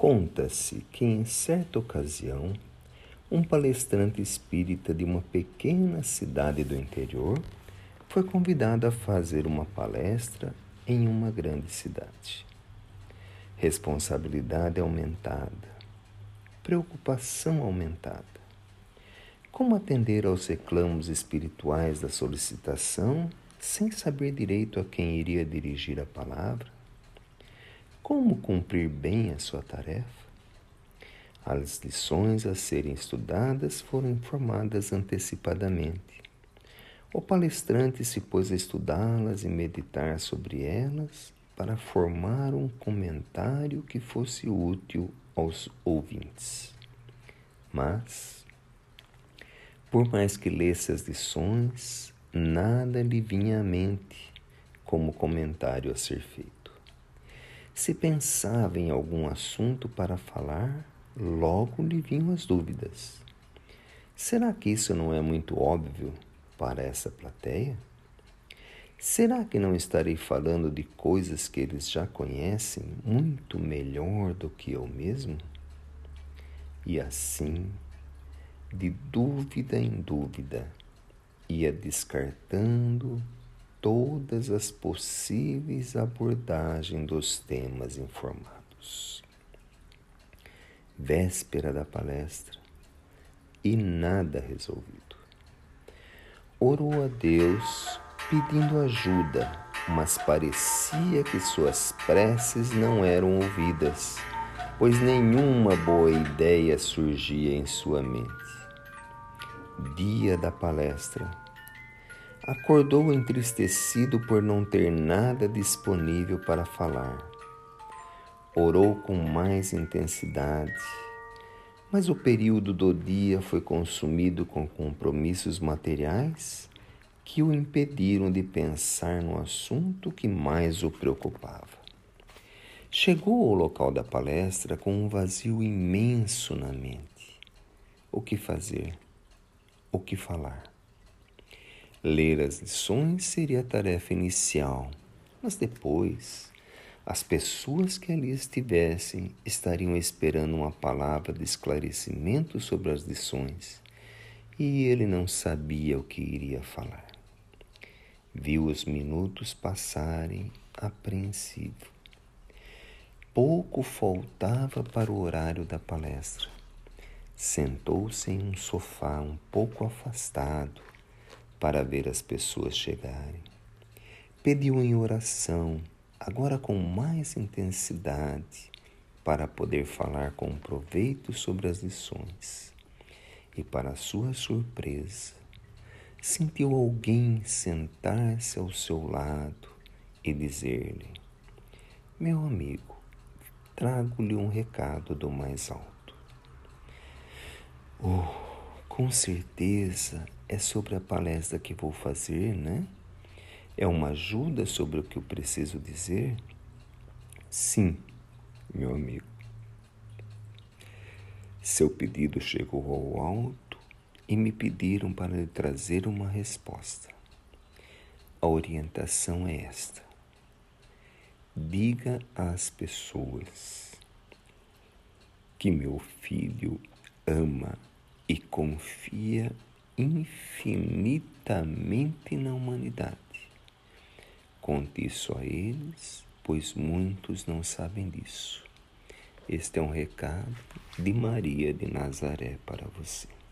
Conta-se que, em certa ocasião, um palestrante espírita de uma pequena cidade do interior foi convidado a fazer uma palestra em uma grande cidade. Responsabilidade aumentada, preocupação aumentada. Como atender aos reclamos espirituais da solicitação sem saber direito a quem iria dirigir a palavra? Como cumprir bem a sua tarefa? As lições a serem estudadas foram informadas antecipadamente. O palestrante se pôs a estudá-las e meditar sobre elas para formar um comentário que fosse útil aos ouvintes. Mas, por mais que lesse as lições, nada lhe vinha à mente como comentário a ser feito. Se pensava em algum assunto para falar, logo lhe vinham as dúvidas. Será que isso não é muito óbvio para essa plateia? Será que não estarei falando de coisas que eles já conhecem muito melhor do que eu mesmo? E assim, de dúvida em dúvida, ia descartando todas as possíveis abordagens dos temas informados. Véspera da palestra e nada resolvido. Orou a Deus pedindo ajuda, mas parecia que suas preces não eram ouvidas, pois nenhuma boa ideia surgia em sua mente. Dia da palestra. Acordou entristecido por não ter nada disponível para falar. Orou com mais intensidade, mas o período do dia foi consumido com compromissos materiais que o impediram de pensar no assunto que mais o preocupava. Chegou ao local da palestra com um vazio imenso na mente. O que fazer? O que falar? Ler as lições seria a tarefa inicial, mas depois, as pessoas que ali estivessem estariam esperando uma palavra de esclarecimento sobre as lições, e ele não sabia o que iria falar. Viu os minutos passarem apreensivo. Pouco faltava para o horário da palestra. Sentou-se em um sofá um pouco afastado para ver as pessoas chegarem. Pediu em oração, agora com mais intensidade, para poder falar com proveito sobre as lições. E, para sua surpresa, sentiu alguém sentar-se ao seu lado e dizer-lhe: "Meu amigo, trago-lhe um recado do mais alto." Com certeza é sobre a palestra que vou fazer, né? É uma ajuda sobre o que eu preciso dizer? Sim, meu amigo. Seu pedido chegou ao alto e me pediram para lhe trazer uma resposta. A orientação é esta: diga às pessoas que meu filho ama e confia infinitamente na humanidade. Conte isso a eles, pois muitos não sabem disso. Este é um recado de Maria de Nazaré para você.